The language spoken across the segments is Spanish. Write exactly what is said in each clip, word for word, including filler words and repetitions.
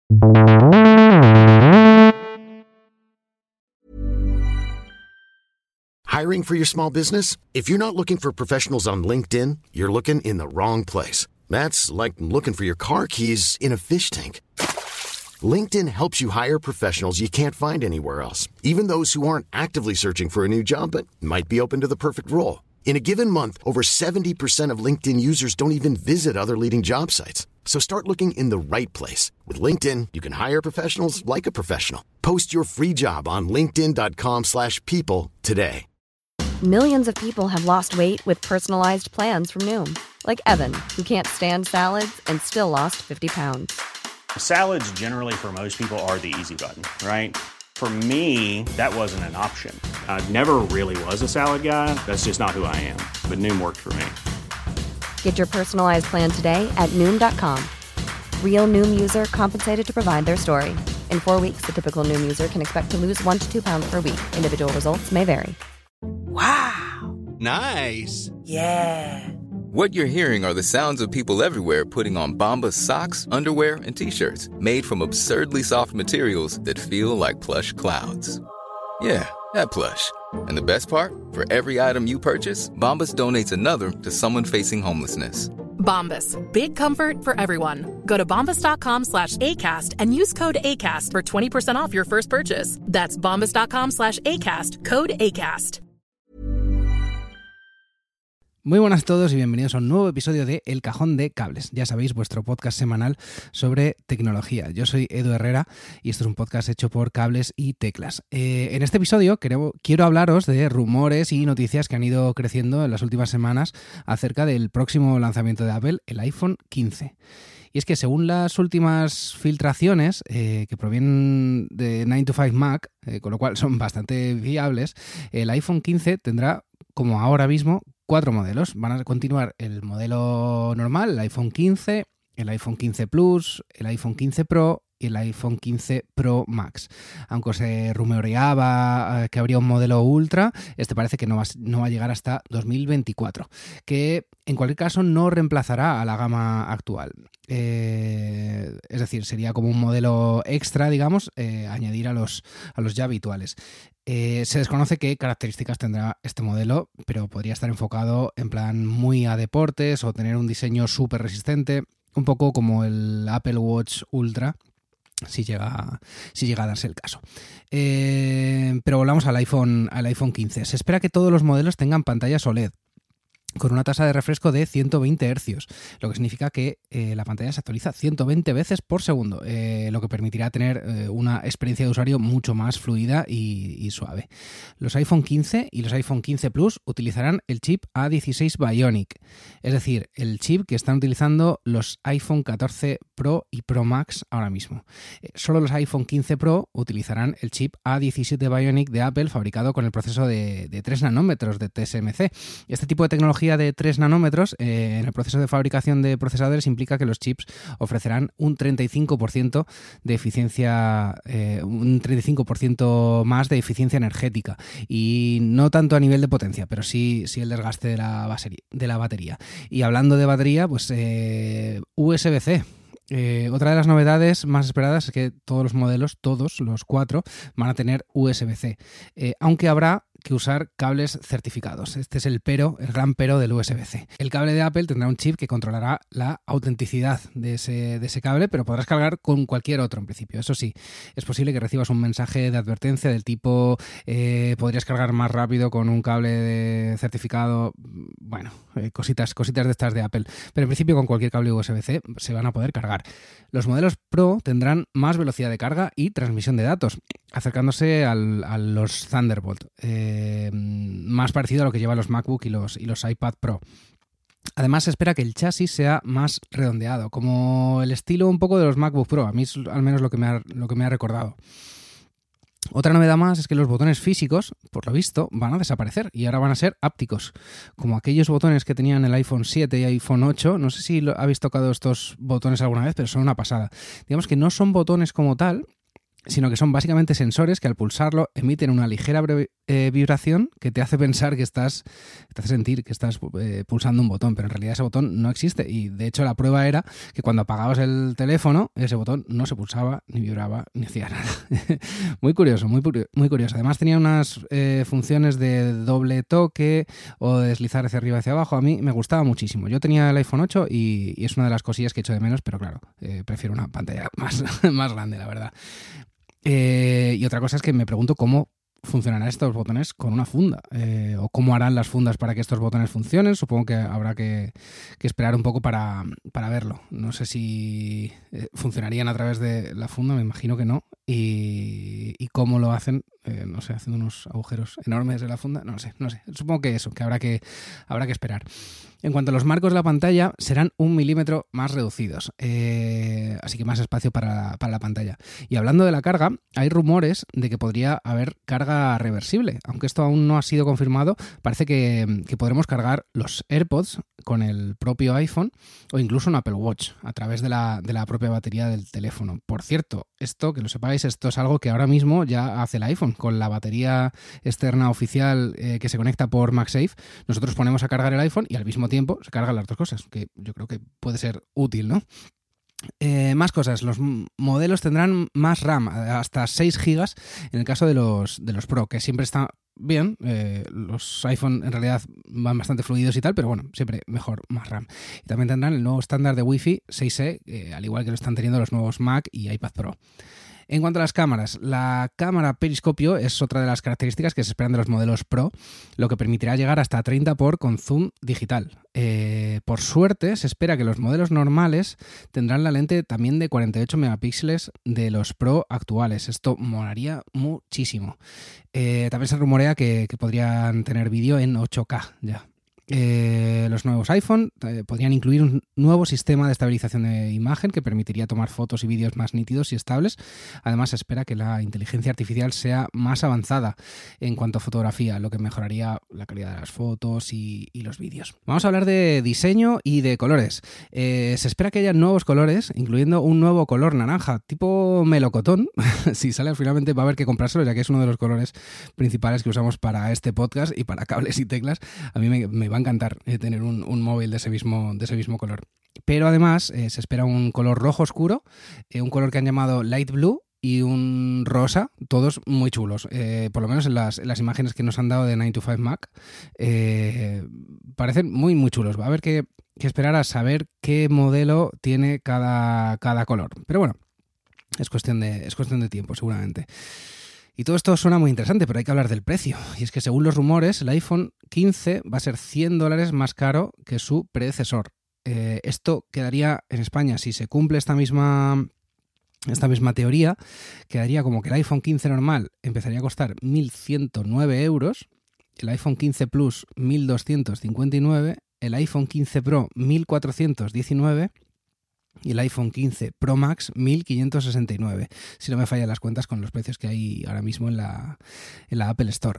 Hiring for your small business? If you're not looking for professionals on LinkedIn, you're looking in the wrong place. That's like looking for your car keys in a fish tank. LinkedIn helps you hire professionals you can't find anywhere else, even those who aren't actively searching for a new job but might be open to the perfect role. In a given month, over seventy percent of LinkedIn users don't even visit other leading job sites. So start looking in the right place. With LinkedIn, you can hire professionals like a professional. Post your free job on linkedin dot com slash people today. Millions of people have lost weight with personalized plans from Noom. Like Evan, who can't stand salads and still lost fifty pounds. Salads generally for most people are the easy button, right? For me, that wasn't an option. I never really was a salad guy. That's just not who I am. But Noom worked for me. Get your personalized plan today at Noom dot com. Real Noom user compensated to provide their story. In four weeks, the typical Noom user can expect to lose one to two pounds per week. Individual results may vary. Wow. Nice. Yeah. What you're hearing are the sounds of people everywhere putting on Bombas socks, underwear, and T-shirts made from absurdly soft materials that feel like plush clouds. Yeah, that plush. And the best part? For every item you purchase, Bombas donates another to someone facing homelessness. Bombas. Big comfort for everyone. Go to bombas dot com slash ACAST and use code ACAST for twenty percent off your first purchase. That's bombas dot com slash ACAST. Code ACAST. Muy buenas a todos y bienvenidos a un nuevo episodio de El Cajón de Cables. Ya sabéis, vuestro podcast semanal sobre tecnología. Yo soy Edu Herrera y esto es un podcast hecho por Cables y Teclas. Eh, en este episodio quiero, quiero hablaros de rumores y noticias que han ido creciendo en las últimas semanas acerca del próximo lanzamiento de Apple, el iPhone quince. Y es que según las últimas filtraciones eh, que provienen de nine to five Mac, eh, con lo cual son bastante fiables, el iPhone quince tendrá, como ahora mismo, cuatro modelos. Van a continuar el modelo normal, el iPhone quince, el iPhone quince Plus, el iPhone quince Pro y el iPhone quince Pro Max. Aunque se rumoreaba que habría un modelo Ultra, este parece que no va, no va a llegar hasta dos mil veinticuatro, que en cualquier caso no reemplazará a la gama actual. Eh, es decir, sería como un modelo extra, digamos, eh, añadir a los, a los ya habituales. Eh, se desconoce qué características tendrá este modelo, pero podría estar enfocado en plan muy a deportes o tener un diseño súper resistente, un poco como el Apple Watch Ultra, si llega, si llega a darse el caso. Eh, pero volvamos al iPhone, al iPhone quince. Se espera que todos los modelos tengan pantallas O L E D, con una tasa de refresco de ciento veinte hercios, lo que significa que eh, la pantalla se actualiza ciento veinte veces por segundo, eh, lo que permitirá tener eh, una experiencia de usuario mucho más fluida y, y suave. Los iPhone quince y los iPhone quince Plus utilizarán el chip A dieciséis Bionic, es decir, el chip que están utilizando los iPhone catorce Pro y Pro Max ahora mismo. Eh, solo los iPhone quince Pro utilizarán el chip A diecisiete Bionic de Apple, fabricado con el proceso de, de tres nanómetros de T S M C. Este tipo de tecnología de tres nanómetros eh, en el proceso de fabricación de procesadores implica que los chips ofrecerán un treinta y cinco por ciento de eficiencia, eh, un treinta y cinco por ciento más de eficiencia energética, y no tanto a nivel de potencia, pero sí, sí el desgaste de la, basería, de la batería. Y hablando de batería, pues eh, U S B C. Eh, otra de las novedades más esperadas es que todos los modelos, todos los cuatro, van a tener U S B C, eh, aunque habrá que usar cables certificados. Este es el pero, el gran pero del U S B C. El cable de Apple tendrá un chip que controlará la autenticidad de ese, de ese cable, pero podrás cargar con cualquier otro en principio. Eso sí, es posible que recibas un mensaje de advertencia del tipo eh, podrías cargar más rápido con un cable de certificado. Bueno, eh, cositas, cositas de estas de Apple. Pero en principio con cualquier cable U S B C se van a poder cargar. Los modelos Pro tendrán más velocidad de carga y transmisión de datos, acercándose al, a los Thunderbolt, eh, más parecido a lo que llevan los MacBook y los, y los iPad Pro. Además, se espera que el chasis sea más redondeado, como el estilo un poco de los MacBook Pro. A mí es al menos lo que me ha, lo que me ha recordado. Otra novedad más es que los botones físicos, por lo visto, van a desaparecer y ahora van a ser ápticos, como aquellos botones que tenían el iPhone siete y iPhone ocho. No sé si lo, habéis tocado estos botones alguna vez, pero son una pasada. Digamos que no son botones como tal, sino que son básicamente sensores que al pulsarlo emiten una ligera eh, vibración que te hace pensar que estás, te hace sentir que estás eh, pulsando un botón, pero en realidad ese botón no existe. Y de hecho la prueba era que cuando apagabas el teléfono, ese botón no se pulsaba, ni vibraba, ni hacía nada. Muy curioso, muy, muy curioso. Además tenía unas eh, funciones de doble toque o de deslizar hacia arriba y hacia abajo. A mí me gustaba muchísimo. Yo tenía el iPhone ocho y, y es una de las cosillas que echo de menos, pero claro, eh, prefiero una pantalla más, más grande, la verdad. Eh, y otra cosa es que me pregunto cómo funcionarán estos botones con una funda eh, o cómo harán las fundas para que estos botones funcionen. Supongo que habrá que, que esperar un poco para, para verlo. No sé si eh, funcionarían a través de la funda, me imagino que no. Y, y cómo lo hacen, eh, no sé, haciendo unos agujeros enormes de la funda, no sé, no sé. Supongo que eso, que habrá que, habrá que esperar. En cuanto a los marcos de la pantalla, serán un milímetro más reducidos, eh, así que más espacio para, para la pantalla. Y hablando de la carga, hay rumores de que podría haber carga reversible, aunque esto aún no ha sido confirmado. Parece que, que podremos cargar los AirPods con el propio iPhone o incluso un Apple Watch a través de la, de la propia batería del teléfono. Por cierto, esto, que lo sepáis, esto es algo que ahora mismo ya hace el iPhone con la batería externa oficial eh, que se conecta por MagSafe. Nosotros ponemos a cargar el iPhone y al mismo tiempo se cargan las dos cosas, que yo creo que puede ser útil, ¿no? Eh, más cosas, los modelos tendrán más RAM, hasta seis gigas en el caso de los, de los Pro, que siempre está bien. Eh, los iPhone en realidad van bastante fluidos y tal, pero bueno, siempre mejor más RAM. Y también tendrán el nuevo estándar de Wi-Fi seis E, eh, al igual que lo están teniendo los nuevos Mac y iPad Pro. En cuanto a las cámaras, la cámara periscopio es otra de las características que se esperan de los modelos Pro, lo que permitirá llegar hasta treinta por con zoom digital. Eh, por suerte, se espera que los modelos normales tendrán la lente también de cuarenta y ocho megapíxeles de los Pro actuales. Esto molaría muchísimo. Eh, también se rumorea que, que podrían tener vídeo en ocho K ya. Eh, los nuevos iPhone eh, podrían incluir un nuevo sistema de estabilización de imagen que permitiría tomar fotos y vídeos más nítidos y estables. Además, se espera que la inteligencia artificial sea más avanzada en cuanto a fotografía, lo que mejoraría la calidad de las fotos y, y los vídeos. Vamos a hablar de diseño y de colores. Eh, se espera que haya nuevos colores, incluyendo un nuevo color naranja, tipo melocotón. Si sale, finalmente va a haber que comprárselo, ya que es uno de los colores principales que usamos para este podcast y para cables y teclas. A mí me, me va a encantar eh, tener un, un móvil de ese mismo, de ese mismo color. Pero además eh, se espera un color rojo oscuro, eh, un color que han llamado light blue y un rosa, todos muy chulos. Eh, por lo menos en las, en las imágenes que nos han dado de nine to five Mac, eh, parecen muy, muy chulos. Va a haber que, que esperar a saber qué modelo tiene cada, cada color. Pero bueno, es cuestión de, es cuestión de tiempo, seguramente. Y todo esto suena muy interesante, pero hay que hablar del precio. Y es que según los rumores, el iPhone quince va a ser cien dólares más caro que su predecesor. Eh, esto quedaría en España, si se cumple esta misma, esta misma teoría, quedaría como que el iPhone quince normal empezaría a costar mil ciento nueve euros, el iPhone quince Plus mil doscientos cincuenta y nueve, el iPhone quince Pro mil cuatrocientos diecinueve y el iPhone quince Pro Max mil quinientos sesenta y nueve, si no me fallan las cuentas con los precios que hay ahora mismo en la, en la Apple Store.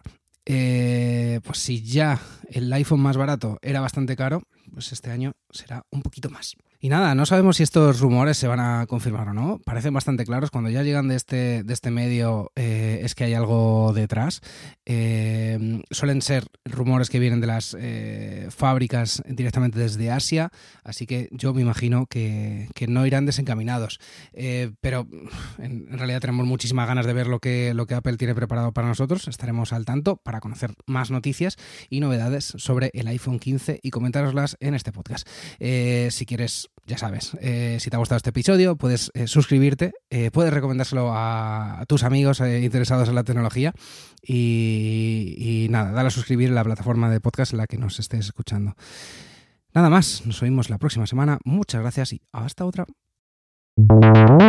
Eh, pues si ya el iPhone más barato era bastante caro, pues este año será un poquito más. Y nada, no sabemos si estos rumores se van a confirmar o no. Parecen bastante claros. Cuando ya llegan de este, de este medio eh, es que hay algo detrás. Eh, suelen ser rumores que vienen de las eh, fábricas directamente desde Asia, así que yo me imagino que, que no irán desencaminados. Eh, pero en, en realidad tenemos muchísimas ganas de ver lo que, lo que Apple tiene preparado para nosotros. Estaremos al tanto para conocer más noticias y novedades sobre el iPhone quince y comentároslas en este podcast. Eh, si quieres, ya sabes, eh, si te ha gustado este episodio, puedes eh, suscribirte, eh, puedes recomendárselo a, a tus amigos eh, interesados en la tecnología y, y nada, dale a suscribir en la plataforma de podcast en la que nos estés escuchando. Nada más, nos oímos la próxima semana. Muchas gracias y hasta otra.